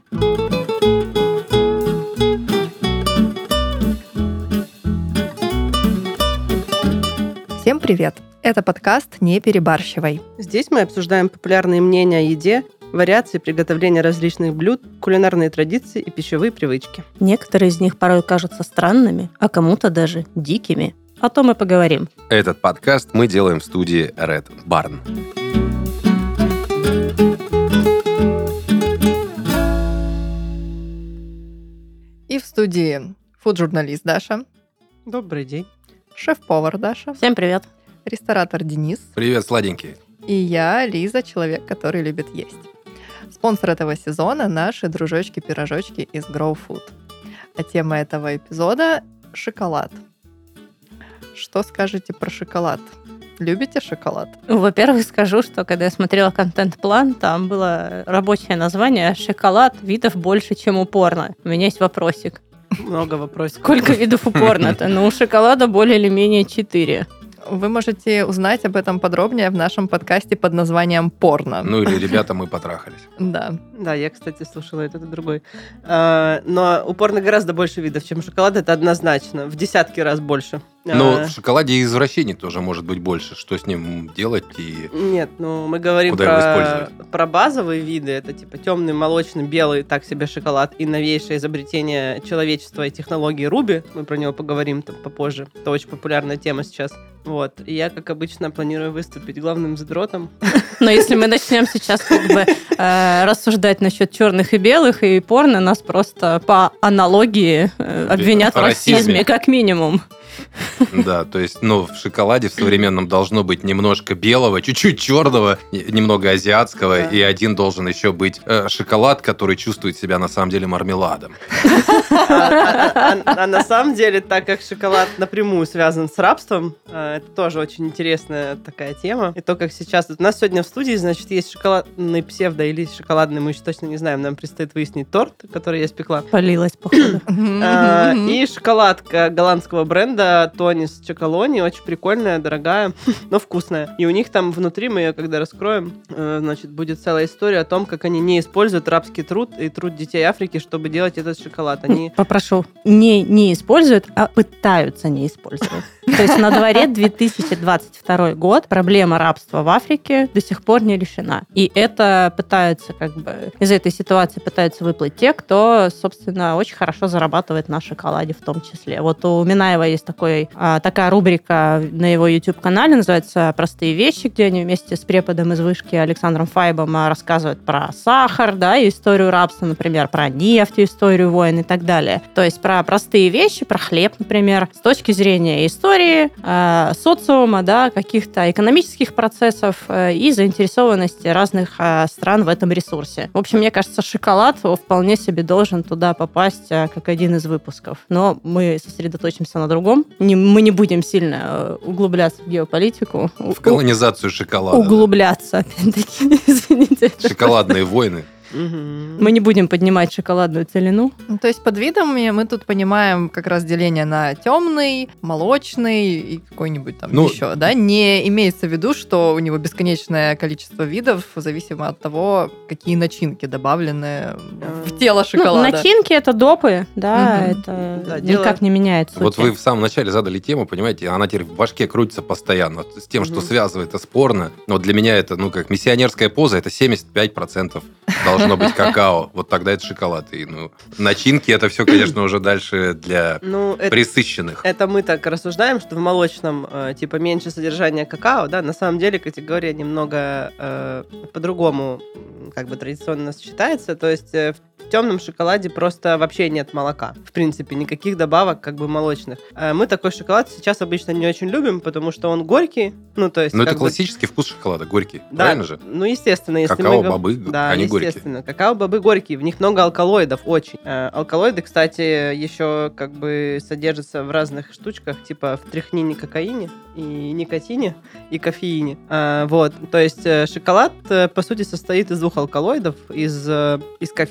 Всем привет! Это подкаст «Не перебарщивай». Здесь мы обсуждаем популярные мнения о еде, вариации приготовления различных блюд, кулинарные традиции и пищевые привычки. Некоторые из них порой кажутся странными, а кому-то даже дикими. О том и поговорим. Этот подкаст мы делаем в студии Red Barn. И в студии фуд-журналист Даша, Добрый день. шеф-повар Даша, Всем привет. ресторатор Денис Привет, сладенькие. и я, Лиза, человек, который любит есть. Спонсор этого сезона – наши дружочки-пирожочки из Grow Food. А тема этого эпизода – шоколад. Что скажете про шоколад? Любите шоколад? Во-первых, скажу, что когда я смотрела контент-план, там было рабочее название «Шоколад видов больше, чем у порно». У меня есть вопросик. Много вопросов. Сколько видов у порно-то? Ну, у шоколада более или менее 4. Вы можете узнать об этом подробнее в нашем подкасте под названием «Порно». Ну или «Ребята, мы потрахались». Да. Да, я, кстати, слушала этот другой. Но у порно гораздо больше видов, чем шоколад, это однозначно. В десятки раз больше. Но в шоколаде и извращений тоже может быть больше. Что с ним делать и... Нет, ну мы говорим Куда его использовать? про базовые виды. Это типа темный, молочный, белый, так себе шоколад. И новейшее изобретение человечества и технологии Руби. Мы про него поговорим там попозже. Это очень популярная тема сейчас. Вот. И я, как обычно, планирую выступить главным задротом. Но если мы начнем сейчас как бы рассуждать насчет черных и белых и порно, нас просто по аналогии обвинят в расизме, как минимум. Да, то есть, в шоколаде в современном должно быть немножко белого, чуть-чуть черного, немного азиатского, Да. и один должен еще быть шоколад, который чувствует себя на самом деле мармеладом. А на самом деле, так как шоколад напрямую связан с рабством, это тоже очень интересная такая тема. И то, как сейчас... У нас сегодня в студии, значит, есть шоколадный псевдо или шоколадный, мы еще точно не знаем, нам предстоит выяснить торт, который я спекла. Полилась, походу. И шоколадка голландского бренда Тонис Чоколони, очень прикольная, дорогая, но вкусная. И у них там внутри, мы ее когда раскроем, значит, будет целая история о том, как они не используют рабский труд и труд детей Африки, чтобы делать этот шоколад. Они... Попрошу, не используют, а пытаются не использовать. То есть на дворе 2022 год, проблема рабства в Африке до сих пор не решена. И это пытаются из этой ситуации пытаются выплыть те, кто, собственно, очень хорошо зарабатывает на шоколаде в том числе. Вот у Минаева есть такая рубрика на его YouTube-канале, называется «Простые вещи», где они вместе с преподом из вышки Александром Файбом рассказывают про сахар, да, и историю рабства, например, про нефть, историю войн и так далее. То есть про простые вещи, про хлеб, например, с точки зрения истории, социума, да, каких-то экономических процессов и заинтересованности разных стран в этом ресурсе. В общем, мне кажется, шоколад вполне себе должен туда попасть как один из выпусков. Но мы сосредоточимся на другом. Мы не будем сильно углубляться в геополитику. В колонизацию шоколада. Углубляться, опять-таки, извините. Шоколадные войны. Мы не будем поднимать шоколадную целину. То есть под видами мы тут понимаем как раз деление на темный, молочный и какой-нибудь там еще, да? Не имеется в виду, что у него бесконечное количество видов, зависимо от того, какие начинки добавлены в тело шоколада. Начинки — это допы, да, это никак не меняет суть. Вот вы в самом начале задали тему, понимаете, она теперь в башке крутится постоянно с тем, что связывает это спорно. Но для меня это, как миссионерская поза, это 75% должно быть какао. Вот тогда это шоколад. И, начинки это все, конечно, уже дальше для пресыщенных. Это мы так рассуждаем, что в молочном меньше содержания какао, да, на самом деле категория немного по-другому традиционно считается. То есть в темном шоколаде просто вообще нет молока. В принципе, никаких добавок молочных. Мы такой шоколад сейчас обычно не очень любим, потому что он горький. Это классический вкус шоколада, горький. Да, правильно же? Естественно. Если какао-бобы, да, они горькие. Естественно. Какао-бобы горькие, в них много алкалоидов, очень. Алкалоиды, кстати, еще содержатся в разных штучках, типа в трихнине, кокаине, и никотине, и кофеине. То есть шоколад, по сути, состоит из двух алкалоидов, из кофеина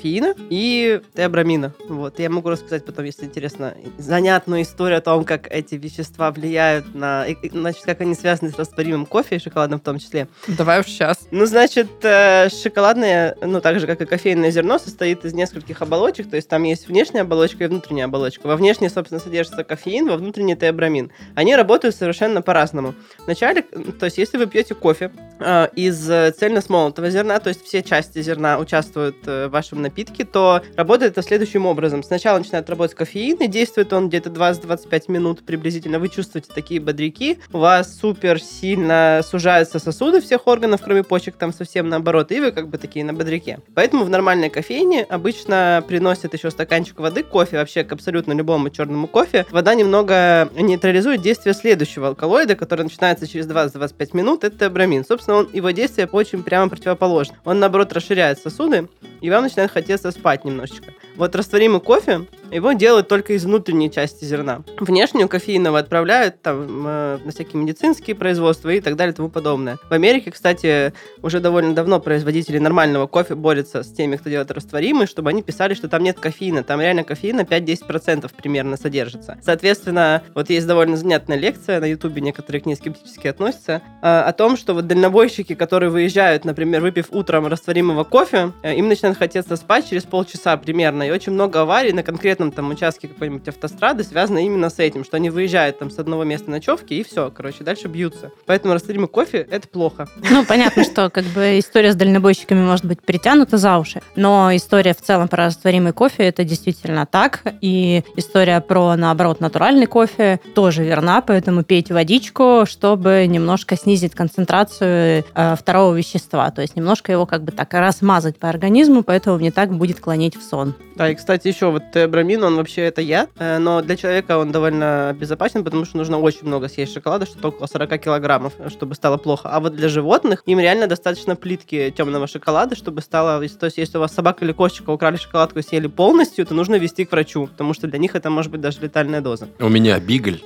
и теобрамина. Вот. Я могу рассказать потом, если интересно, занятную историю о том, как эти вещества влияют на... Значит, как они связаны с растворимым кофе и шоколадом в том числе. Давай уж сейчас. Ну, значит, шоколадное, так же, как и кофейное зерно, состоит из нескольких оболочек. То есть там есть внешняя оболочка и внутренняя оболочка. Во внешней, собственно, содержится кофеин, во внутренней теобрамин. Они работают совершенно по-разному. Вначале, то есть если вы пьете кофе из цельно смолотого зерна, то есть все части зерна участвуют в вашем напитке, то работает это следующим образом. Сначала начинает работать кофеин, и действует он где-то 20-25 минут приблизительно. Вы чувствуете такие бодряки, у вас супер сильно сужаются сосуды всех органов, кроме почек, там совсем наоборот, и вы как бы такие на бодряке. Поэтому в нормальной кофейне обычно приносят еще стаканчик воды, кофе, вообще к абсолютно любому черному кофе. Вода немного нейтрализует действие следующего алкалоида, который начинается через 20-25 минут, это теобрамин. Собственно, его действие очень прямо противоположно. Он, наоборот, расширяет сосуды, и вам начинает хотеться спать немножечко. Вот растворимый кофе, его делают только из внутренней части зерна. Внешнюю кофеиновую отправляют там на всякие медицинские производства и так далее и тому подобное. В Америке, кстати, уже довольно давно производители нормального кофе борются с теми, кто делает растворимый, чтобы они писали, что там нет кофеина. Там реально кофеина 5-10% примерно содержится. Соответственно, вот есть довольно занятная лекция на Ютубе, некоторые к ней скептически относятся, о том, что вот дальнобойщики, которые выезжают, например, выпив утром растворимого кофе, им начинает хотеться спать через полчаса примерно. И очень много аварий на конкретном там участке какой-нибудь автострады связано именно с этим, что они выезжают там с одного места ночевки и все, дальше бьются. Поэтому растворимый кофе — это плохо. Ну, понятно, что как бы история с дальнобойщиками может быть притянута за уши, но история в целом про растворимый кофе — это действительно так, и история про, наоборот, натуральный кофе тоже верна, поэтому пейте водичку, чтобы немножко снизить концентрацию второго вещества, то есть немножко его как бы так размазать по организму, поэтому не так будет клонить в сон. Да, и, кстати, еще вот теобрамин, он вообще это яд, но для человека он довольно безопасен, потому что нужно очень много съесть шоколада, что-то около 40 килограммов, чтобы стало плохо. А вот для животных им реально достаточно плитки темного шоколада, чтобы стало... То есть, если у вас собака или кошечка украли шоколадку и съели полностью, то нужно везти к врачу, потому что для них это может быть даже летальная доза. У меня бигль,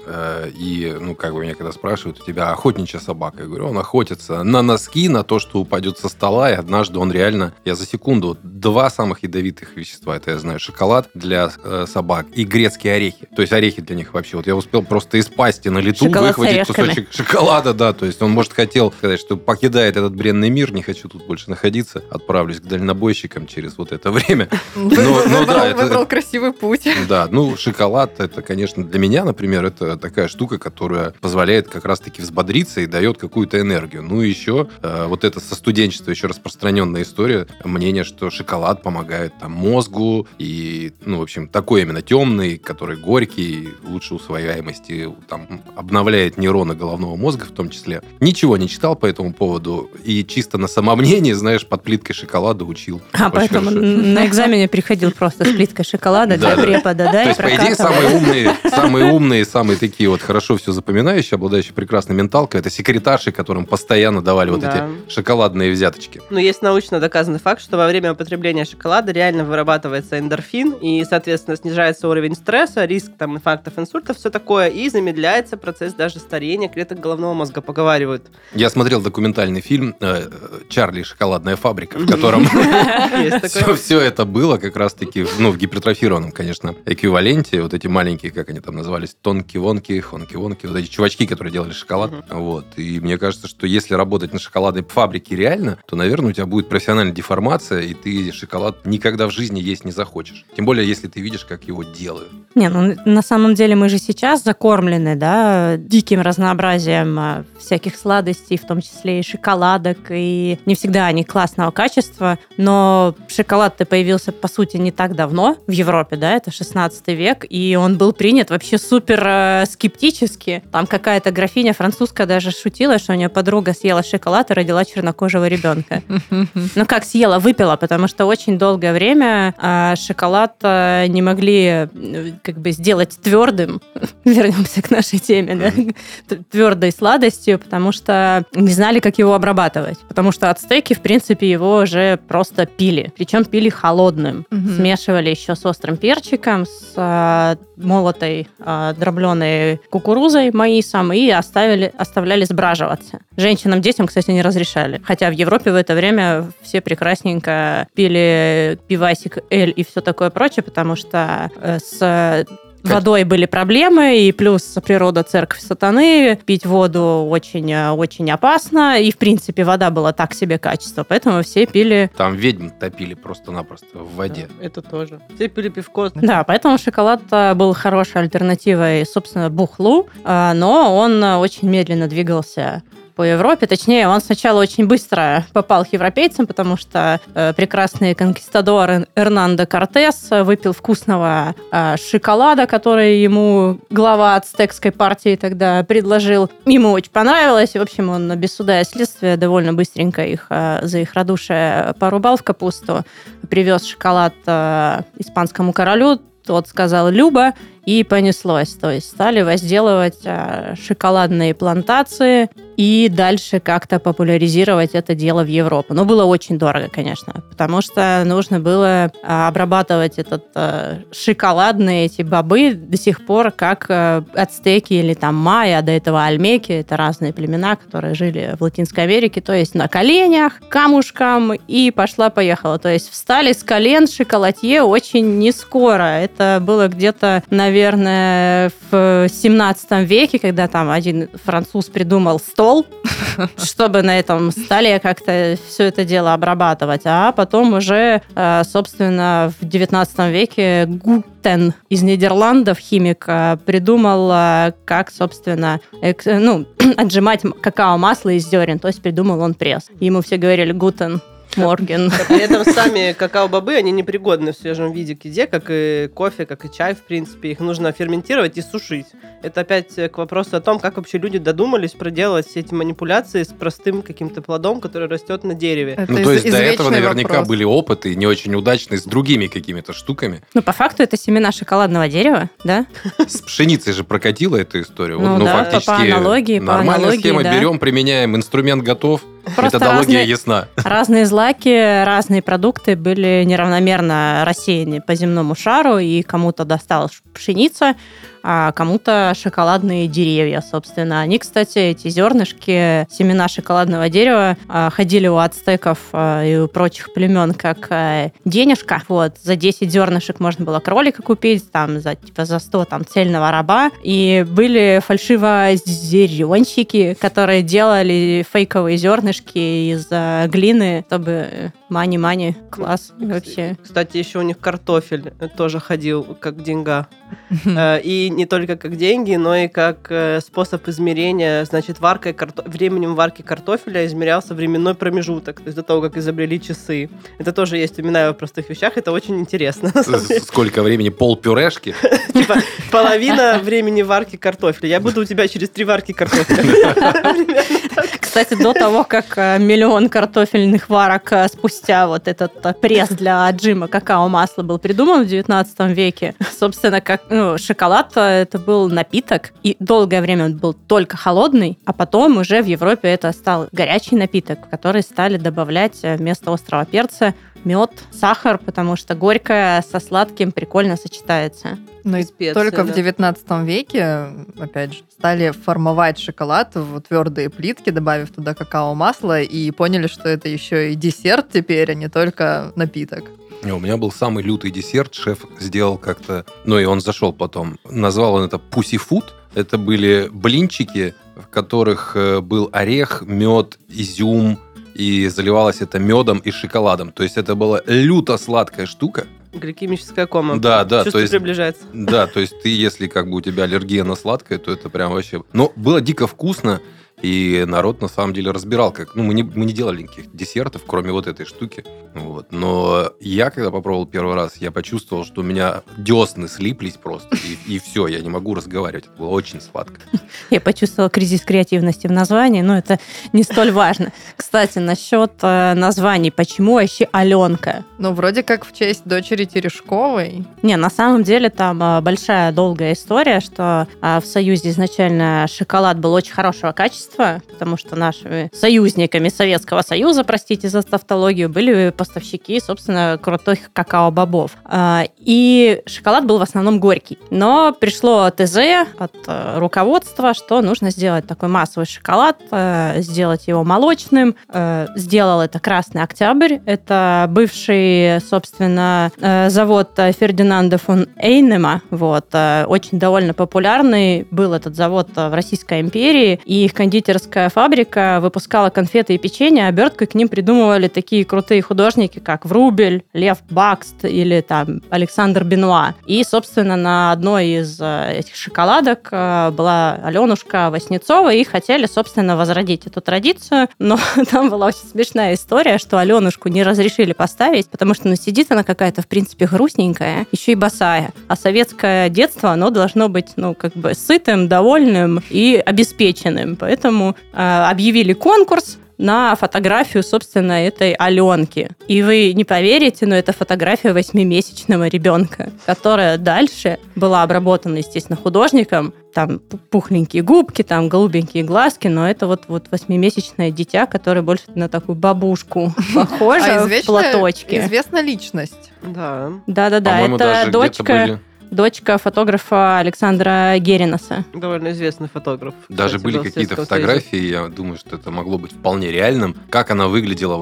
и, меня когда спрашивают, у тебя охотничья собака? Я говорю, он охотится на носки, на то, что упадет со стола, и однажды он реально... Я за секунду 2 самых ядовитых вещества, это я знаю, шоколад для собак и грецкие орехи. То есть орехи для них вообще. Вот я успел просто из пасти на лету выхватить кусочек шоколада, да. То есть он, может, хотел сказать, что покидает этот бренный мир, не хочу тут больше находиться, отправлюсь к дальнобойщикам через вот это время. Выбрал красивый путь. Да, шоколад, это, конечно, для меня, например, это такая штука, которая позволяет как раз-таки взбодриться и дает какую-то энергию. Ну и еще вот это со студенчества еще распространенная история, мнение, что шоколад помогает там мозгу и, в общем, такой именно темный, который горький, лучше усвояемости, там, обновляет нейроны головного мозга в том числе. Ничего не читал по этому поводу и чисто на самомнении, знаешь, под плиткой шоколада учил. Поэтому на экзамене приходил просто с плиткой шоколада для препода, да? То есть, по идее, самые умные, самые такие вот хорошо все запоминающие, обладающие прекрасной менталкой, это секретарши, которым постоянно давали вот эти шоколадные взяточки. Есть научно доказанный факт, что во время употребления шоколада реально вырабатывается эндорфин, и, соответственно, снижается уровень стресса, риск там инфарктов, инсультов, все такое, и замедляется процесс даже старения клеток головного мозга, поговаривают. Я смотрел документальный фильм «Чарли и шоколадная фабрика», в котором все это было как раз-таки в гипертрофированном, конечно, эквиваленте. Вот эти маленькие, как они там назывались, тонки-вонки, хонки-вонки, вот эти чувачки, которые делали шоколад. Вот. И мне кажется, что если работать на шоколадной фабрике реально, то, наверное, у тебя будет профессиональная деформация, и ты шоколад никогда в жизни есть не захочешь. Тем более, если ты видишь, как его делают. На самом деле мы же сейчас закормлены, да, диким разнообразием всяких сладостей, в том числе и шоколадок, и не всегда они классного качества, но шоколад-то появился, по сути, не так давно в Европе, да, это 16 век, и он был принят вообще супер скептически. Там какая-то графиня французская даже шутила, что у нее подруга съела шоколад и родила чернокожего ребенка. Как съела? Выпила, потому что очень долгое время шоколад не могли сделать твердым. Вернемся к нашей теме, да? Твердой сладостью, потому что не знали, как его обрабатывать. Потому что ацтеки, в принципе, его уже просто пили. Причем пили холодным. Смешивали еще с острым перчиком, с молотой дробленой кукурузой, маисом, и оставляли сбраживаться. Женщинам, детям, кстати, не разрешали. Хотя в Европе в это время все прекрасненько пили пивасик, эль и все такое прочее, потому что с водой были проблемы, и плюс природа церковь сатаны, пить воду очень опасно, и, в принципе, вода была так себе качество, поэтому все пили... Там ведьм топили просто-напросто в воде. Да, это тоже. Все пили пивко. Да, поэтому шоколад был хорошей альтернативой, собственно, бухлу, но он очень медленно двигался по Европе. Точнее, он сначала очень быстро попал к европейцам, потому что прекрасный конкистадор Эрнандо Кортес выпил вкусного шоколада, который ему глава ацтекской партии тогда предложил. Ему очень понравилось. И, в общем, он без суда и следствия довольно быстренько за их радушие порубал в капусту. Привез шоколад испанскому королю. Тот сказал «Люба», и понеслось. То есть стали возделывать шоколадные плантации и дальше как-то популяризировать это дело в Европу. Но было очень дорого, конечно, потому что нужно было обрабатывать этот шоколадные эти бобы до сих пор, как ацтеки или там майя, до этого альмеки. Это разные племена, которые жили в Латинской Америке. То есть на коленях, камушкам, и пошла-поехала. То есть встали с колен шоколадье очень не скоро. Это было где-то, наверное, в 17 веке, когда там один француз придумал стол, чтобы на этом столе как-то все это дело обрабатывать. А потом уже, собственно, в 19 веке Гутен из Нидерландов, химик, придумал, как, собственно, отжимать какао-масло из зерен. То есть придумал он пресс. Ему все говорили «Гутен». Морген. При этом сами какао-бобы, они непригодны в свежем виде к еде, как и кофе, как и чай, в принципе. Их нужно ферментировать и сушить. Это опять к вопросу о том, как вообще люди додумались проделать все эти манипуляции с простым каким-то плодом, который растет на дереве. Это то есть до этого наверняка были опыты не очень удачные с другими какими-то штуками. Ну, по факту это семена шоколадного дерева, да? С пшеницей же прокатила эту историю. Ну да, фактически по аналогии. Нормальная схема, да. Берем, применяем, инструмент готов. Просто методология ясна. Разные злаки, разные продукты были неравномерно рассеяны по земному шару, и кому-то досталась пшеница, а кому-то шоколадные деревья, собственно. Они, кстати, эти зернышки, семена шоколадного дерева, ходили у ацтеков и у прочих племен как денежка. Вот, за 10 зернышек можно было кролика купить, там, за 100 там, цельного раба. И были фальшивозеренщики, которые делали фейковые зернышки из глины, чтобы мани-мани, класс вообще. Кстати, еще у них картофель тоже ходил как деньга. И не только как деньги, но и как способ измерения, значит, временем варки картофеля измерялся временной промежуток, то есть до того, как изобрели часы. Это тоже есть, уминаю в простых вещах, это очень интересно. Сколько времени? Пол-пюрешки? Типа половина времени варки картофеля. Я буду у тебя через 3 варки картофеля. Кстати, до того, как миллион картофельных варок спустя вот этот пресс для отжима какао-масла был придуман в 19 веке, собственно, как шоколад это был напиток, и долгое время он был только холодный, а потом уже в Европе это стал горячий напиток, в который стали добавлять вместо острого перца мед, сахар, потому что горькое со сладким прикольно сочетается. Ну и специи, только в 19 веке, опять же, стали формовать шоколад в твердые плитки, добавив туда какао-масло, и поняли, что это еще и десерт теперь, а не только напиток. У меня был самый лютый десерт, шеф сделал как-то, и он зашел потом, назвал он это пусси-фуд. Это были блинчики, в которых был орех, мед, изюм, и заливалось это медом и шоколадом. То есть это была люто сладкая штука. Гликемическая кома. Да. Чувство то есть, приближается. Да, то есть ты, если у тебя аллергия на сладкое, то это прям вообще... Но было дико вкусно, и народ на самом деле разбирал, как... мы не делали никаких десертов, кроме вот этой штуки. Вот. Но я, когда попробовал первый раз, я почувствовал, что у меня десны слиплись просто, и все, я не могу разговаривать. Это было очень сладко. Я почувствовала кризис креативности в названии, но это не столь важно. Кстати, насчет названий. Почему вообще Аленка? Вроде как в честь дочери Терешковой. Не, на самом деле там большая долгая история, что в Союзе изначально шоколад был очень хорошего качества, руководства, потому что нашими союзниками Советского Союза, простите за тавтологию, были поставщики, собственно, крутых какао-бобов. И шоколад был в основном горький. Но пришло ТЗ от руководства, что нужно сделать такой массовый шоколад, сделать его молочным. Сделал это Красный Октябрь. Это бывший, собственно, завод Фердинанда фон Эйнема. Очень довольно популярный был этот завод в Российской империи. И их кондитерская фабрика выпускала конфеты и печенье, а оберткой к ним придумывали такие крутые художники, как Врубель, Лев Бакст или там Александр Бенуа. И, собственно, на одной из этих шоколадок была Аленушка Васнецова, и хотели, собственно, возродить эту традицию. Но там была очень смешная история, что Аленушку не разрешили поставить, потому что сидит она какая-то, в принципе, грустненькая, еще и босая. А советское детство, оно должно быть, сытым, довольным и обеспеченным. Поэтому объявили конкурс на фотографию, собственно, этой Аленки. И вы не поверите, но это фотография 8-месячного ребенка, которая дальше была обработана, естественно, художником. Там пухленькие губки, там голубенькие глазки, но это вот 8-месячное дитя, которое больше на такую бабушку похоже в платочке. Известна личность. Да. Да-да-да, это дочка фотографа Александра Геринаса. Довольно известный фотограф. Даже были какие-то фотографии, я думаю, что это могло быть вполне реальным. Как она выглядела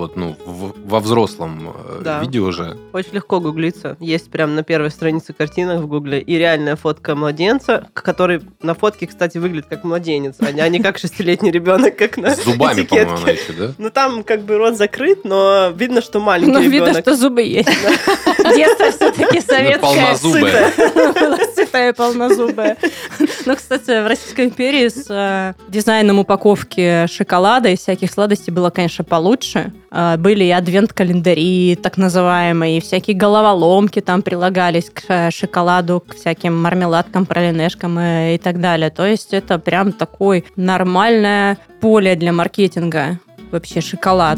во взрослом видео уже. Очень легко гуглиться. Есть прямо на первой странице картинок в Гугле и реальная фотка младенца, который на фотке, кстати, выглядит как младенец, а не как 6-летний ребенок, как на с зубами, этикетке. По-моему, она еще, да? Ну, там рот закрыт, но видно, что маленький ребенок. Ну, видно, что зубы есть. Детство все-таки советское. Полнозубая. Была сытая, полнозубая. Но, кстати, в Российской империи с дизайном упаковки шоколада и всяких сладостей было, конечно, получше. Были и адвент-календари, так называемые, и всякие головоломки там прилагались к шоколаду, к всяким мармеладкам, пралинешкам и так далее. То есть это прям такое нормальное поле для маркетинга. Вообще шоколад.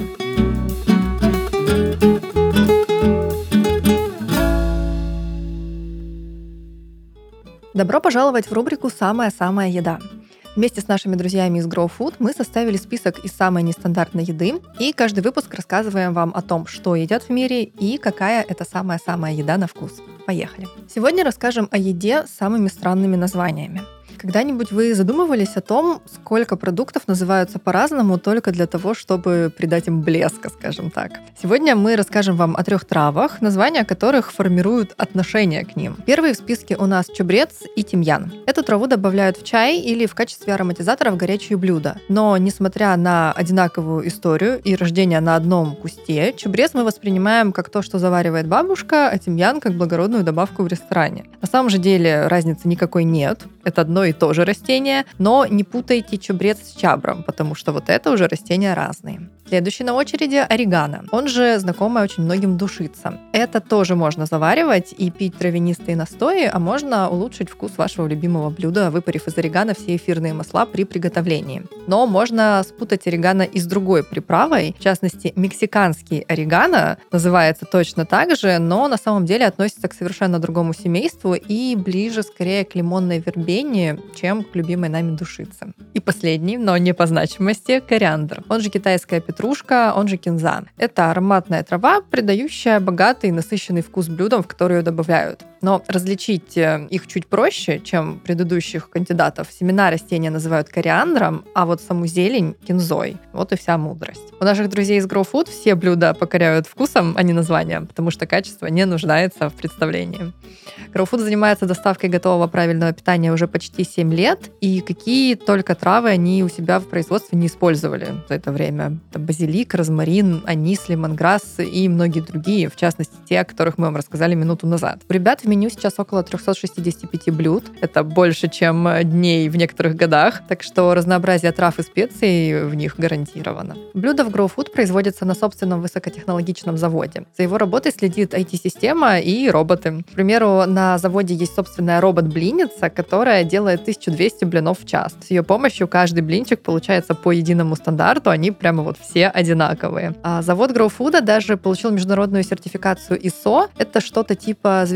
Добро пожаловать в рубрику «Самая-самая еда». Вместе с нашими друзьями из Grow Food мы составили список из самой нестандартной еды, и каждый выпуск рассказываем вам о том, что едят в мире и какая это самая-самая еда на вкус. Поехали! Сегодня расскажем о еде с самыми странными названиями. Когда-нибудь вы задумывались о том, сколько продуктов называются по-разному только для того, чтобы придать им блеска, скажем так? Сегодня мы расскажем вам о 3 травах, названия которых формируют отношение к ним. Первые в списке у нас чабрец и тимьян. Эту траву добавляют в чай или в качестве ароматизатора в горячие блюда. Но, несмотря на одинаковую историю и рождение на одном кусте, чабрец мы воспринимаем как то, что заваривает бабушка, а тимьян как благородную добавку в ресторане. На самом же деле разницы никакой нет. Это одно и то же растение, но не путайте чабрец с чабром, потому что вот это уже растения разные. Следующий на очереди орегано. Он же знакомый очень многим душица. Это тоже можно заваривать и пить травянистые настои, а можно улучшить вкус вашего любимого блюда, выпарив из орегано все эфирные масла при приготовлении. Но можно спутать орегано и с другой приправой, в частности, мексиканский орегано называется точно так же, но на самом деле относится к совершенно другому семейству и ближе скорее к лимонной вербене, чем к любимой нами душице. И последний, но не по значимости, кориандр. Он же китайская петрушка, он же кинза. Это ароматная трава, придающая богатый и насыщенный вкус блюдам, в которые ее добавляют. Но различить их чуть проще, чем предыдущих кандидатов. Семена растения называют кориандром, а вот саму зелень — кинзой. Вот и вся мудрость. У наших друзей из Grow Food все блюда покоряют вкусом, а не названием, потому что качество не нуждается в представлении. Grow Food занимается доставкой готового правильного питания уже почти 7 лет, и какие только травы они у себя в производстве не использовали за это время. Это базилик, розмарин, анис, лемонграсс и многие другие, в частности, те, о которых мы вам рассказали минуту назад. У ребят в меню сейчас около 365 блюд. Это больше, чем дней в некоторых годах, так что разнообразие трав и специй в них гарантировано. Блюда в Grow Food производятся на собственном высокотехнологичном заводе. За его работой следит IT-система и роботы. К примеру, на заводе есть собственная робот-блинница, которая делает 1200 блинов в час. С ее помощью каждый блинчик получается по единому стандарту, они прямо вот все одинаковые. А завод Grow Food даже получил международную сертификацию ISO. Это что-то типа звезды Мишлен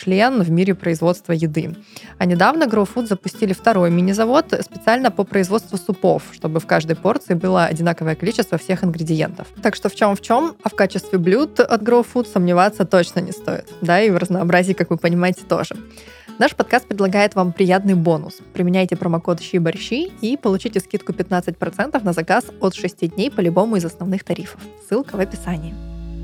Мишлен в мире производства еды. А недавно Grow Food запустили второй мини-завод специально по производству супов, чтобы в каждой порции было одинаковое количество всех ингредиентов. Так что в чем, а в качестве блюд от Grow Food сомневаться точно не стоит. Да, и в разнообразии, как вы понимаете, тоже. Наш подкаст предлагает вам приятный бонус. Применяйте промокод «Щи-борщи» и получите скидку 15% на заказ от 6 дней по любому из основных тарифов. Ссылка в описании.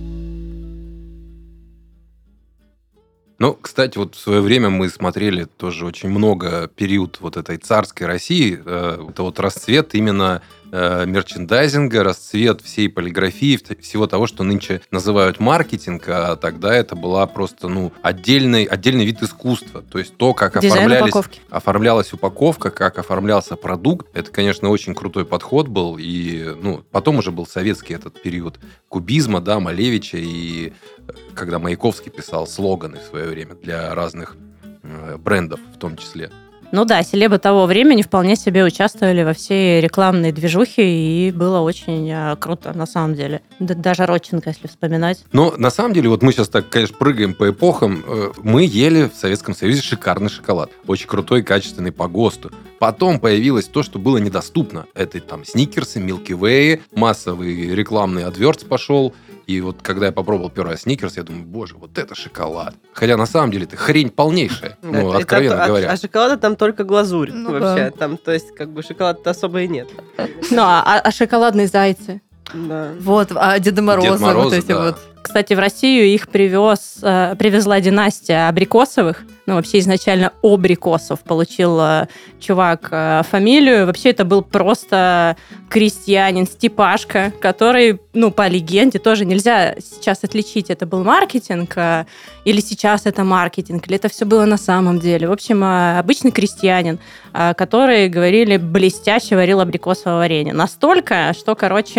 Ну, кстати, вот в свое время мы смотрели тоже очень много период вот этой царской России. Это вот расцвет именно мерчендайзинга, расцвет всей полиграфии, всего того, что нынче называют маркетинг, а тогда это была просто отдельный вид искусства. То есть то, как оформлялась упаковка, как оформлялся продукт, это, конечно, очень крутой подход был. И потом уже был советский этот период кубизма, да, Малевича, и когда Маяковский писал слоганы в свое время для разных брендов в том числе. Ну да, селебы того времени вполне себе участвовали во всей рекламной движухе, и было очень круто, на самом деле. Даже Родченко, если вспоминать. Но на самом деле, вот мы сейчас так, конечно, прыгаем по эпохам. Мы ели в Советском Союзе шикарный шоколад. Очень крутой, качественный по ГОСТу. Потом появилось то, что было недоступно. Это там сникерсы, Милки Вей, массовый рекламный адвертс пошел. И вот когда я попробовал первый раз сникерс, я думаю, боже, вот это шоколад. Хотя на самом деле это хрень полнейшая, откровенно говоря. А шоколада там только глазурь вообще. Там, то есть, как бы шоколада-то особо и нет. Ну, а шоколадные зайцы? Да. Вот, а Деда Мороза, вот эти да. вот. Кстати, в Россию их привезла династия Абрикосовых. Вообще изначально Обрикосов получил чувак фамилию. Вообще это был просто крестьянин Степашка, который, по легенде, тоже нельзя сейчас отличить, это был маркетинг или сейчас это маркетинг, или это все было на самом деле. В общем, обычный крестьянин, который, говорили, блестяще варил абрикосовое варенье. Настолько, что,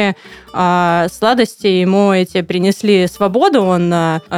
сладости ему эти принесли свободу. Он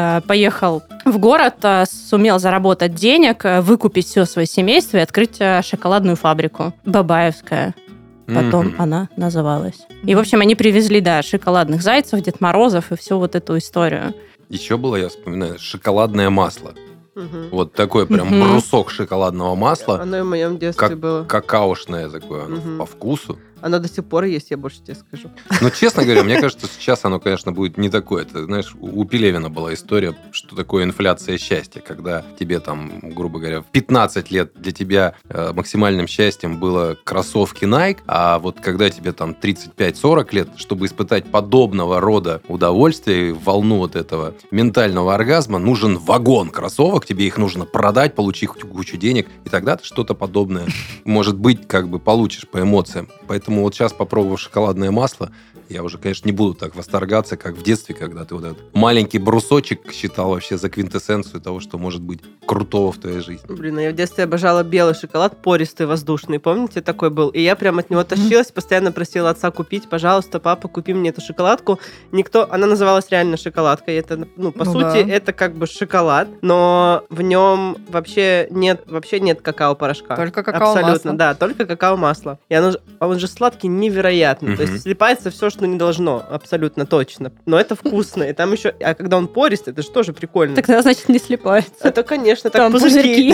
поехал в город, сумел заработать денег, выкупить все свое семейство и открыть шоколадную фабрику. Бабаевская. Потом она называлась. И, в общем, они привезли, шоколадных зайцев, Дед Морозов и всю вот эту историю. Еще было, я вспоминаю, шоколадное масло. Вот такой прям брусок шоколадного масла. Оно и в моем детстве было. Какаошное такое оно по вкусу. Оно до сих пор есть, я больше тебе скажу. Ну, честно говоря, мне кажется, сейчас оно, конечно, будет не такое. Это, знаешь, у Пелевина была история, что такое инфляция счастья, когда тебе там, грубо говоря, в 15 лет для тебя максимальным счастьем было кроссовки Nike, а вот когда тебе там 35-40 лет, чтобы испытать подобного рода удовольствие, волну вот этого ментального оргазма, нужен вагон кроссовок, тебе их нужно продать, получить кучу денег, и тогда ты что-то подобное, может быть, получишь по эмоциям. Поэтому вот сейчас, попробовав шоколадное масло, я уже, конечно, не буду так восторгаться, как в детстве, когда ты вот этот маленький брусочек считал вообще за квинтэссенцию того, что может быть крутого в твоей жизни. Блин, я в детстве обожала белый шоколад, пористый, воздушный. Помните, такой был? И я прям от него тащилась, постоянно просила отца купить. Пожалуйста, папа, купи мне эту шоколадку. Она называлась реально шоколадкой. Это, по сути, это как бы шоколад, но в нем вообще нет какао-порошка. Только какао-масло. Абсолютно, да, только какао-масло. И он же сладкий невероятно. То есть слипается все, что не должно, абсолютно точно. Но это вкусно. И там еще... А когда он пористый, это же тоже прикольно. Тогда, значит, не слипается. Это, конечно, так там пузырьки.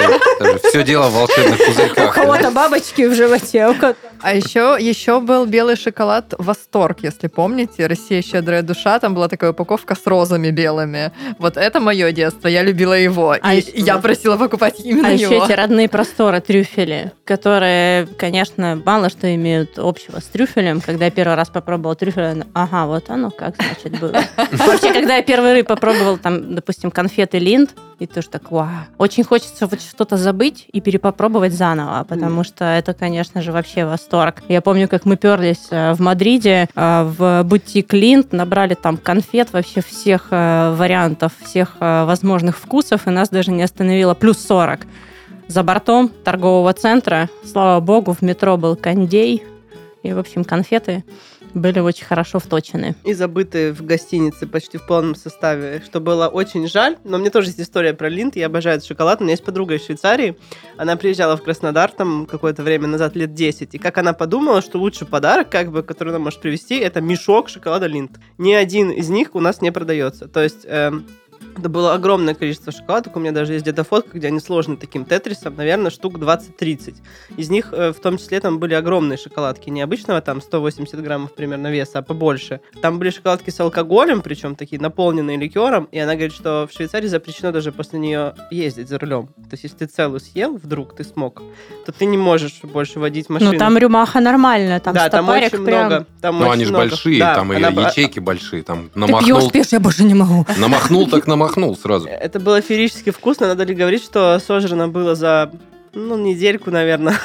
Все дело в волшебных пузырьках. У кого-то бабочки в животе. А еще был белый шоколад «Восторг», если помните. «Россия щедрая душа». Там была такая упаковка с розами белыми. Вот это мое детство. Я любила его. Я просила покупать именно его. А еще эти родные просторы трюфели, которые, конечно, мало что имеют общего с трюфелем. Когда я первый раз попробовала трюфель, вот оно как, значит, было. Вообще, когда я первый раз попробовала, там, допустим, конфеты Линд, и тоже так, вау. Очень хочется вот что-то забыть и перепопробовать заново, потому что это, конечно же, вообще восторг. Я помню, как мы перлись в Мадриде в бутик Линд, набрали там конфет вообще всех вариантов, всех возможных вкусов, и нас даже не остановило плюс 40. За бортом торгового центра, слава богу, в метро был кондей, и, в общем, конфеты были очень хорошо вточены. И забыты в гостинице почти в полном составе, что было очень жаль. Но мне тоже есть история про Линд, я обожаю этот шоколад. У меня есть подруга из Швейцарии, она приезжала в Краснодар там какое-то время назад, лет 10, и как она подумала, что лучший подарок, который она может привезти, это мешок шоколада Линд. Ни один из них у нас не продается. То есть Это было огромное количество шоколадок. У меня даже есть где-то фотка, где они сложены таким тетрисом. Наверное, штук 20-30. Из них, в том числе, там были огромные шоколадки. Не обычного там 180 граммов примерно веса, а побольше. Там были шоколадки с алкоголем, причем такие наполненные ликером. И она говорит, что в Швейцарии запрещено даже после нее ездить за рулем. То есть, если ты целую съел, вдруг ты смог, то ты не можешь больше водить машину. Ну, там рюмаха нормальная, там да, там стопарик очень прям... много. Там Ну, очень они же много. большие, Да, там и ячейки большие. Там Ты намахнул, пьешь, я больше не могу. так намахнул сразу. Это было феерически вкусно. Надо ли говорить, что сожрано было за, недельку, наверное.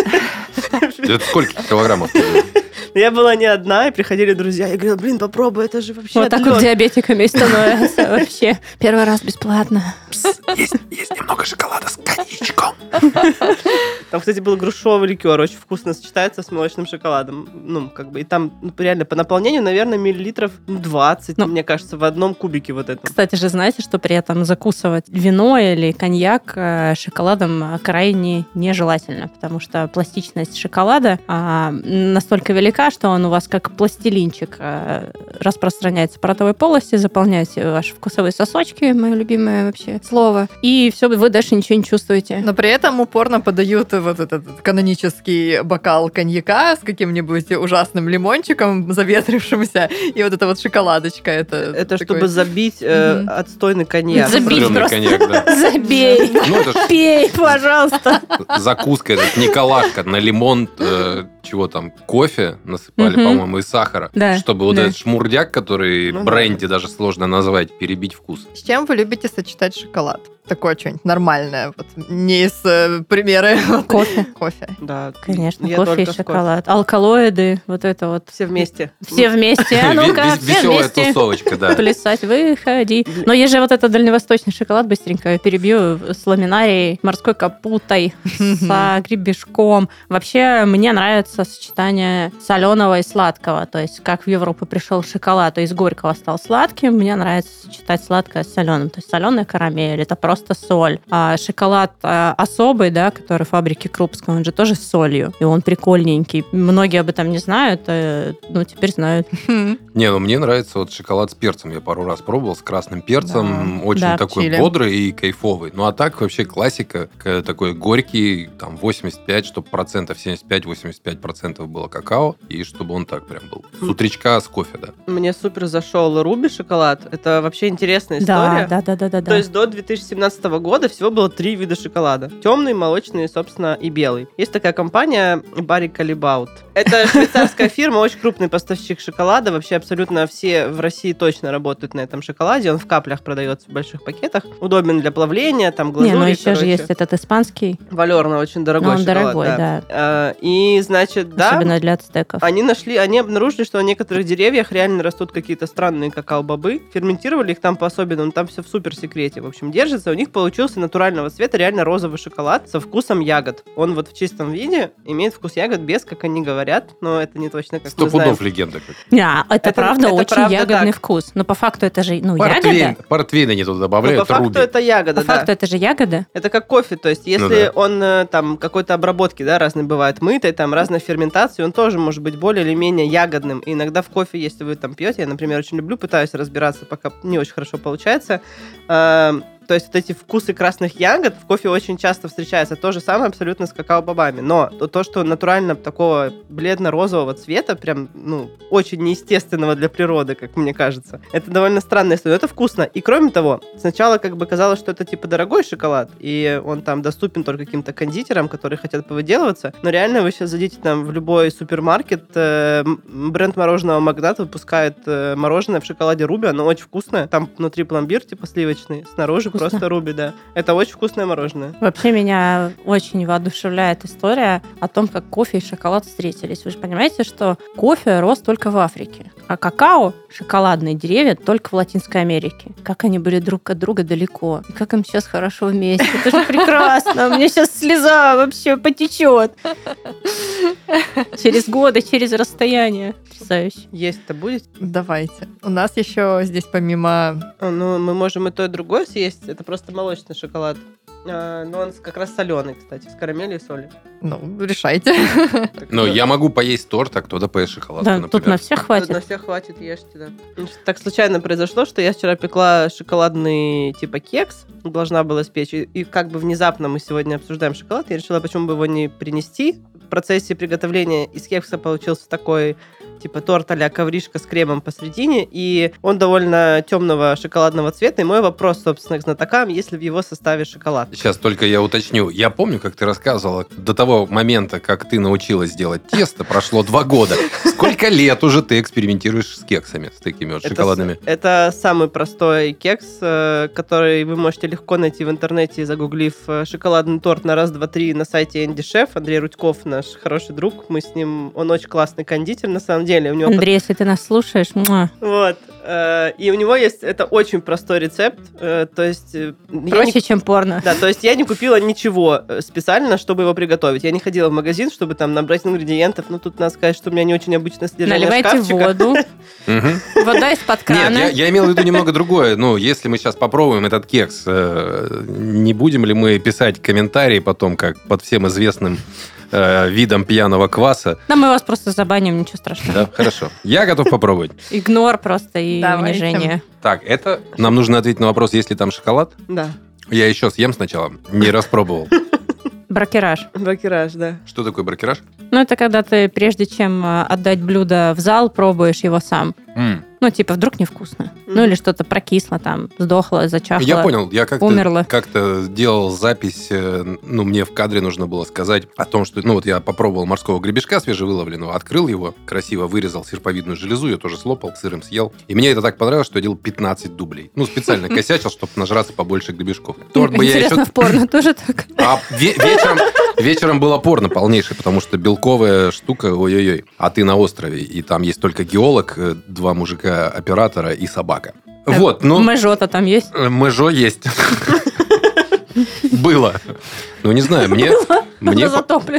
Это сколько килограммов? Я была не одна, и приходили друзья. Я говорила, блин, попробуй, это же вообще Вот так отлет. вот диабетиками становятся вообще. Первый раз бесплатно. Есть немного шоколада с коньячком. Там, кстати, был грушевый ликер, очень вкусно сочетается с молочным шоколадом. И там реально по наполнению, наверное, миллилитров 20, мне кажется, в одном кубике вот этом. Кстати же, знаете, что при этом закусывать вино или коньяк шоколадом крайне нежелательно, потому что пластичность шоколада настолько велика, что он у вас как пластилинчик распространяется по ротовой полости, заполняете ваши вкусовые сосочки, мое любимое вообще слово, и все, вы дальше ничего не чувствуете. Но при этом упорно подают вот этот канонический бокал коньяка с каким-нибудь ужасным лимончиком заветрившимся, и вот эта вот шоколадочка. Это такой... чтобы забить отстойный коньяк. Забить Соленый просто. коньяк, да. Забей, Ну, это ж пей, пожалуйста. закуска, этот Николашка на лимон, чего там, кофе насыпали, по-моему, и сахара, Да, чтобы вот да. этот шмурдяк, который бренди даже сложно назвать, перебить вкус. С чем вы любите сочетать шоколад? Такое что-нибудь нормальное, вот не из примеры. Кофе. Кофе. Да, Конечно, я кофе и только с шоколад. Алкалоиды, вот это вот. Все вместе. Все вместе. А ну-ка, все Веселая вместе. тусовочка, да. Плясать, выходи. Но есть же вот этот дальневосточный шоколад, быстренько перебью, с ламинарией, морской капутой, с гребешком. Вообще, мне нравится сочетание соленого и сладкого. То есть, как в Европу пришел шоколад, то из горького стал сладким, мне нравится сочетать сладкое с соленым. То есть, соленая карамель, это просто соль. А шоколад особый, да, который фабрики Крупской, он же тоже с солью. И он прикольненький. Многие об этом не знают, теперь знают. Не, ну мне нравится вот шоколад с перцем. Я пару раз пробовал с красным перцем. Да. Очень Да, в такой Чили. бодрый и кайфовый. Ну а так вообще классика. Такой горький, там 85, чтобы 75-85% было какао. И чтобы он так прям был. С утречка с кофе, да. Мне супер зашел Руби шоколад. Это вообще интересная история. Да. То есть до 2017 года всего было 3 вида шоколада. Темный, молочный, собственно, и белый. Есть такая компания Barry Callebaut. Это швейцарская фирма, очень крупный поставщик шоколада. Вообще абсолютно все в России точно работают на этом шоколаде. Он в каплях продается в больших пакетах. Удобен для плавления, там глазури. Не, ну еще же есть этот испанский. Валерно, очень дорогой Он шоколад. дорогой, да. И, значит, да, Особенно для ацтеков. они обнаружили, что на некоторых деревьях реально растут какие-то странные какао-бобы. Ферментировали их там по-особенному, там все в суперсекрете. В общем, держится. У них получился натурального цвета реально розовый шоколад со вкусом ягод. Он вот в чистом виде имеет вкус ягод без, как они говорят, но это не точно, как 100 мы знаем. пудов легенда. Это правда это очень правда ягодный так. вкус. Но по факту это же, ягода. Портвейн они туда Но добавляют, по факту Руби. это ягода, По да. факту это же ягода. Это как кофе, то есть если он там какой-то обработки, да, разные бывают, мытой, там разной ферментации, он тоже может быть более или менее ягодным. И иногда в кофе, если вы там пьете, я, например, очень люблю, пытаюсь разбираться, пока не очень хорошо получается. То есть вот эти вкусы красных ягод в кофе очень часто встречаются. То же самое абсолютно с какао-бобами. Но то, что натурально такого бледно-розового цвета, прям, очень неестественного для природы, как мне кажется, это довольно странная история. Но это вкусно. И кроме того, сначала как бы казалось, что это типа дорогой шоколад, и он там доступен только каким-то кондитерам, которые хотят повыделываться. Но реально вы сейчас зайдите там в любой супермаркет, бренд мороженого «Магнат» выпускает мороженое в шоколаде Руби, оно очень вкусное. Там внутри пломбир типа сливочный, снаружи Вкусно. просто Руби, да. Это очень вкусное мороженое. Вообще меня очень воодушевляет история о том, как кофе и шоколад встретились. Вы же понимаете, что кофе рос только в Африке, а какао, шоколадные деревья, только в Латинской Америке. Как они были друг от друга далеко. И как им сейчас хорошо вместе. Это же прекрасно. У меня сейчас слеза вообще потечет. Через годы, через расстояние. Потрясающе. Есть-то будет? Давайте. У нас еще здесь помимо... Мы можем и то, и другое съесть. Это просто молочный шоколад. Но он как раз соленый, кстати, с карамелью и солью. Ну, решайте. Ну, я могу поесть торт, а кто-то поест шоколадку, Да, например. тут на всех хватит. На всех хватит, ешьте, да. Значит, так случайно произошло, что я вчера пекла шоколадный типа кекс, должна была спечь, и как бы внезапно мы сегодня обсуждаем шоколад, я решила, почему бы его не принести. В процессе приготовления из кекса получился такой типа торт а-ля ковришка с кремом посередине, и он довольно темного шоколадного цвета. И мой вопрос, собственно, к знатокам, есть ли в его составе шоколад? Сейчас только я уточню. Я помню, как ты рассказывала, до того момента, как ты научилась делать тесто, прошло 2 года. Сколько лет уже ты экспериментируешь с кексами, с такими вот шоколадными? Это самый простой кекс, который вы можете легко найти в интернете, загуглив шоколадный торт на раз, два, три на сайте Энди Шеф. Андрей Рудьков, наш хороший друг, мы с ним, он очень классный кондитер, на самом деле. У него Андрей, если ты нас слушаешь, вот. И у него есть, это очень простой рецепт, то есть... проще, чем порно. Да, то есть я не купила ничего специально, чтобы его приготовить. Я не ходила в магазин, чтобы там набрать ингредиентов. Ну, тут надо сказать, что у меня не очень обычное содержание Наливайте шкафчика. воду. Вода из-под крана. Нет, я имел в виду немного другое. Ну, если мы сейчас попробуем этот кекс, не будем ли мы писать комментарии потом, как под всем известным видом пьяного кваса? Да, мы вас просто забаним, ничего страшного. Да, хорошо. Я готов попробовать. Игнор просто и Давайте. унижение. Так, это... Нам нужно ответить на вопрос, есть ли там шоколад? Да, Я еще съем сначала. Не распробовал. Бракераж. бракераж, да. Что такое бракераж? Ну, это когда ты, прежде чем отдать блюдо в зал, пробуешь его сам. Ну, типа, вдруг невкусно. Ну, или что-то прокисло там, сдохло, зачахло. Я понял, я умерла. как-то делал запись, ну, мне в кадре нужно было сказать о том, что, ну, вот я попробовал морского гребешка свежевыловленного, открыл его, красиво вырезал серповидную железу, ее тоже слопал, сыром съел. И мне это так понравилось, что я делал 15 дублей. Ну, специально косячил, чтобы нажраться побольше гребешков. Торт бы я Интересно, еще... в порно тоже так? А вечером было порно полнейшее, потому что белковая штука, ой-ой-ой. А ты на острове, и там есть только геолог, 2 мужика-оператора и собака. Вот, ну... Мэжота там есть? Мэжо есть. Было. Ну, не знаю, мне... Затоплено.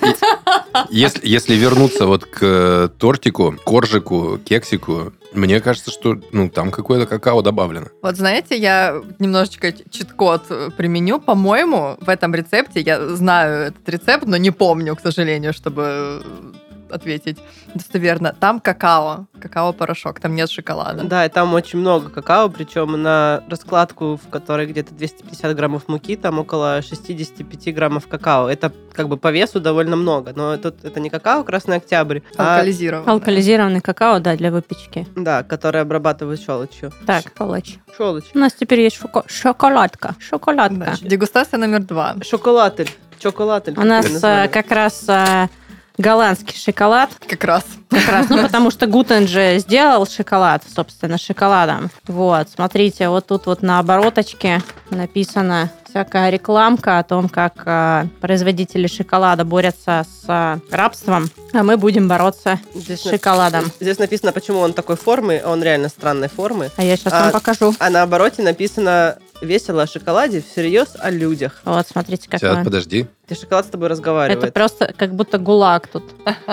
Если вернуться вот к тортику, коржику, кексику, мне кажется, что там какое-то какао добавлено. Вот знаете, я немножечко чит-код применю. По-моему, в этом рецепте, я знаю этот рецепт, но не помню, к сожалению, чтобы ответить достоверно. Там какао-порошок, там нет шоколада. Да, и там очень много какао, причем на раскладку, в которой где-то 250 граммов муки, там около 65 граммов какао. Это как бы по весу довольно много, но это не какао Красный Октябрь, Алкализированный какао, да, для выпечки. Да, который обрабатывают щелочью. Так, щелочь. Щелочь. У нас теперь есть шоколадка. Шоколадка. Дегустация номер 2. Шоколатель. У нас как раз... голландский шоколад. Как раз. Ну, потому что Гутен же сделал шоколад, собственно, шоколадом. Вот, смотрите, вот тут вот на обороточке написана всякая рекламка о том, как производители шоколада борются с рабством, а мы будем бороться с шоколадом. Здесь написано, почему он такой формы, он реально странной формы. А я сейчас вам покажу. А на обороте написано «Весело о шоколаде, всерьез о людях». Вот, смотрите, какой. Сейчас, подожди. И шоколад с тобой разговаривает. Это просто как будто ГУЛАГ тут.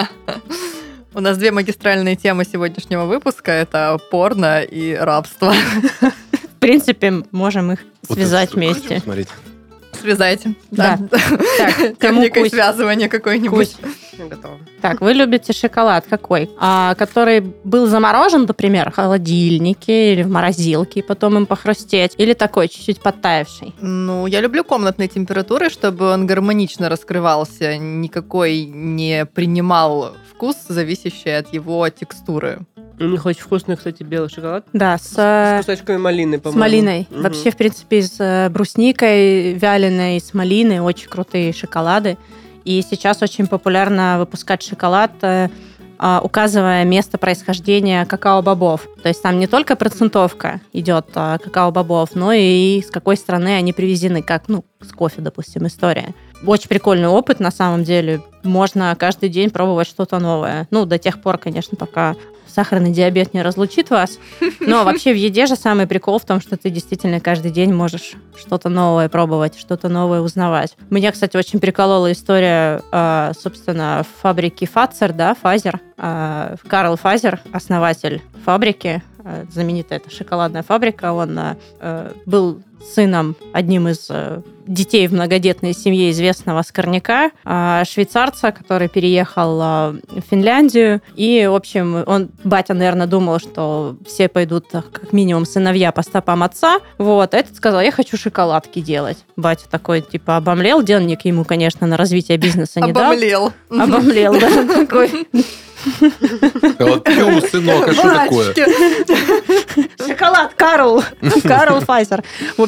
У нас 2 магистральные темы сегодняшнего выпуска. Это порно и рабство. В принципе, можем их связать Вот это вместе. смотрите. Связайте. Да. Так, кому Техникой кусь? связывания какой-нибудь. Я готова. Так, вы любите шоколад какой? Который был заморожен, например, в холодильнике или в морозилке, и потом им похрустеть? Или такой, чуть-чуть подтаявший? Ну, я люблю комнатной температуры, чтобы он гармонично раскрывался, никакой не принимал вкус, зависящий от его текстуры. У них очень вкусный, кстати, белый шоколад. Да, С кусочками малины, с по-моему. малиной. Мгм. Вообще, в принципе, с брусникой вяленой, с малиной. Очень крутые шоколады. И сейчас очень популярно выпускать шоколад, указывая место происхождения какао-бобов. То есть там не только процентовка идет какао-бобов, но и с какой страны они привезены, как, с кофе, допустим, история. Очень прикольный опыт, на самом деле. Можно каждый день пробовать что-то новое. До тех пор, конечно, пока сахарный диабет не разлучит вас. Но вообще в еде же самый прикол в том, что ты действительно каждый день можешь что-то новое пробовать, что-то новое узнавать. Меня, кстати, очень приколола история, собственно, фабрики Фазер. Карл Фазер, основатель фабрики, знаменитая эта шоколадная фабрика. Он был сыном одним из детей в многодетной семье известного скорняка, швейцарца, который переехал в Финляндию. И, в общем, батя, наверное, думал, что все пойдут как минимум сыновья по стопам отца. Вот. А этот сказал, я хочу шоколадки делать. Батя такой, типа, обомлел. Денег ему, конечно, на развитие бизнеса не дал. Обомлел, да, такой... Пью, сынок, а что такое? Шоколад, Карл Файзер. В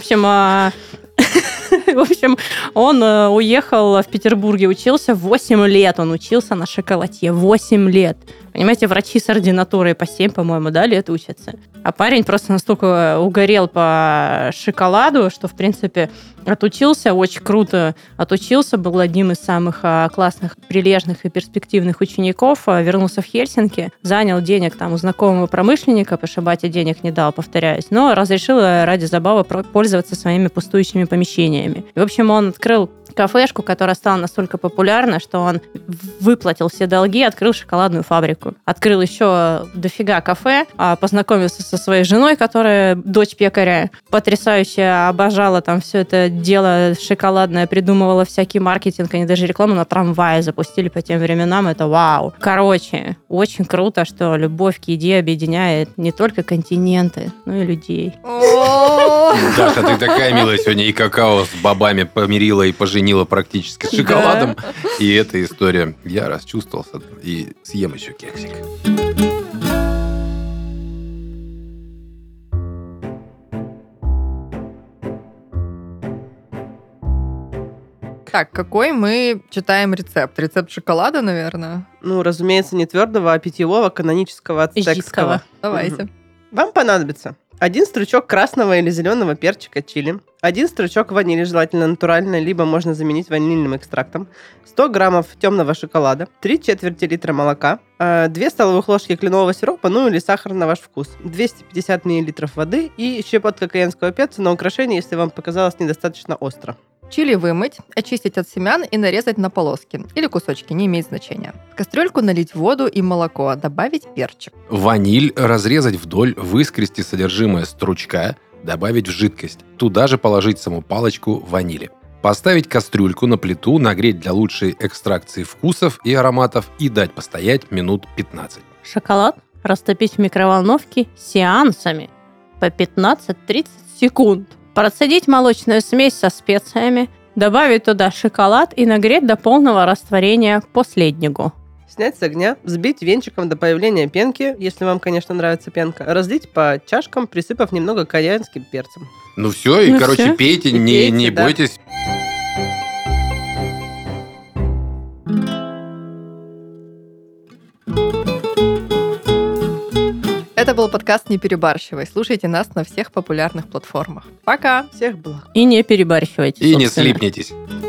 общем, он уехал в Петербурге, учился 8 лет. Он учился на шоколадье 8 лет. Понимаете, врачи с ординатурой по 7, по-моему, да, лет учатся. А парень просто настолько угорел по шоколаду, что, в принципе, отучился, очень круто отучился, был одним из самых классных, прилежных и перспективных учеников, вернулся в Хельсинки, занял денег там у знакомого промышленника, потому что батя денег не дал, повторяюсь, но разрешил ради забавы пользоваться своими пустующими помещениями. И, в общем, он открыл кафешку, которая стала настолько популярна, что он выплатил все долги, открыл шоколадную фабрику. Открыл еще дофига кафе, познакомился со своей женой, которая дочь пекаря, потрясающе обожала там все это дело шоколадное, придумывала всякий маркетинг, они даже рекламу на трамвае запустили по тем временам, это вау. Короче, очень круто, что любовь к еде объединяет не только континенты, но и людей. Даша, ты такая милая сегодня, и какао с бобами помирила и поженила практически с шоколадом. Да. И эта история. Я расчувствовался и съем еще кексик. Так, какой мы читаем рецепт? Рецепт шоколада, наверное? Ну, разумеется, не твердого, а питьевого, канонического, ацтекского. Давайте. Вам понадобится 1 стручок красного или зеленого перчика чили, 1 стручок ванили, желательно натуральной, либо можно заменить ванильным экстрактом, 100 граммов темного шоколада, 3/4 литра молока, 2 столовых ложки кленового сиропа, ну или сахар на ваш вкус, 250 миллилитров воды и щепотка каенского перца на украшение, если вам показалось недостаточно остро. Чили вымыть, очистить от семян и нарезать на полоски или кусочки, не имеет значения. В кастрюльку налить воду и молоко, добавить перчик. Ваниль разрезать вдоль, выскрести содержимое стручка, добавить в жидкость. Туда же положить саму палочку ванили. Поставить кастрюльку на плиту, нагреть для лучшей экстракции вкусов и ароматов и дать постоять минут 15. Шоколад растопить в микроволновке сеансами по 15-30 секунд. Процедить молочную смесь со специями, добавить туда шоколад и нагреть до полного растворения последнего. Снять с огня, взбить венчиком до появления пенки, если вам, конечно, нравится пенка, разлить по чашкам, присыпав немного каенским перцем. Ну все, и, короче, пейте, не да. бойтесь. Это был подкаст «Не перебарщивай». Слушайте нас на всех популярных платформах. Пока! Всех благ! И не перебарщивайте, И собственно. не слипнитесь.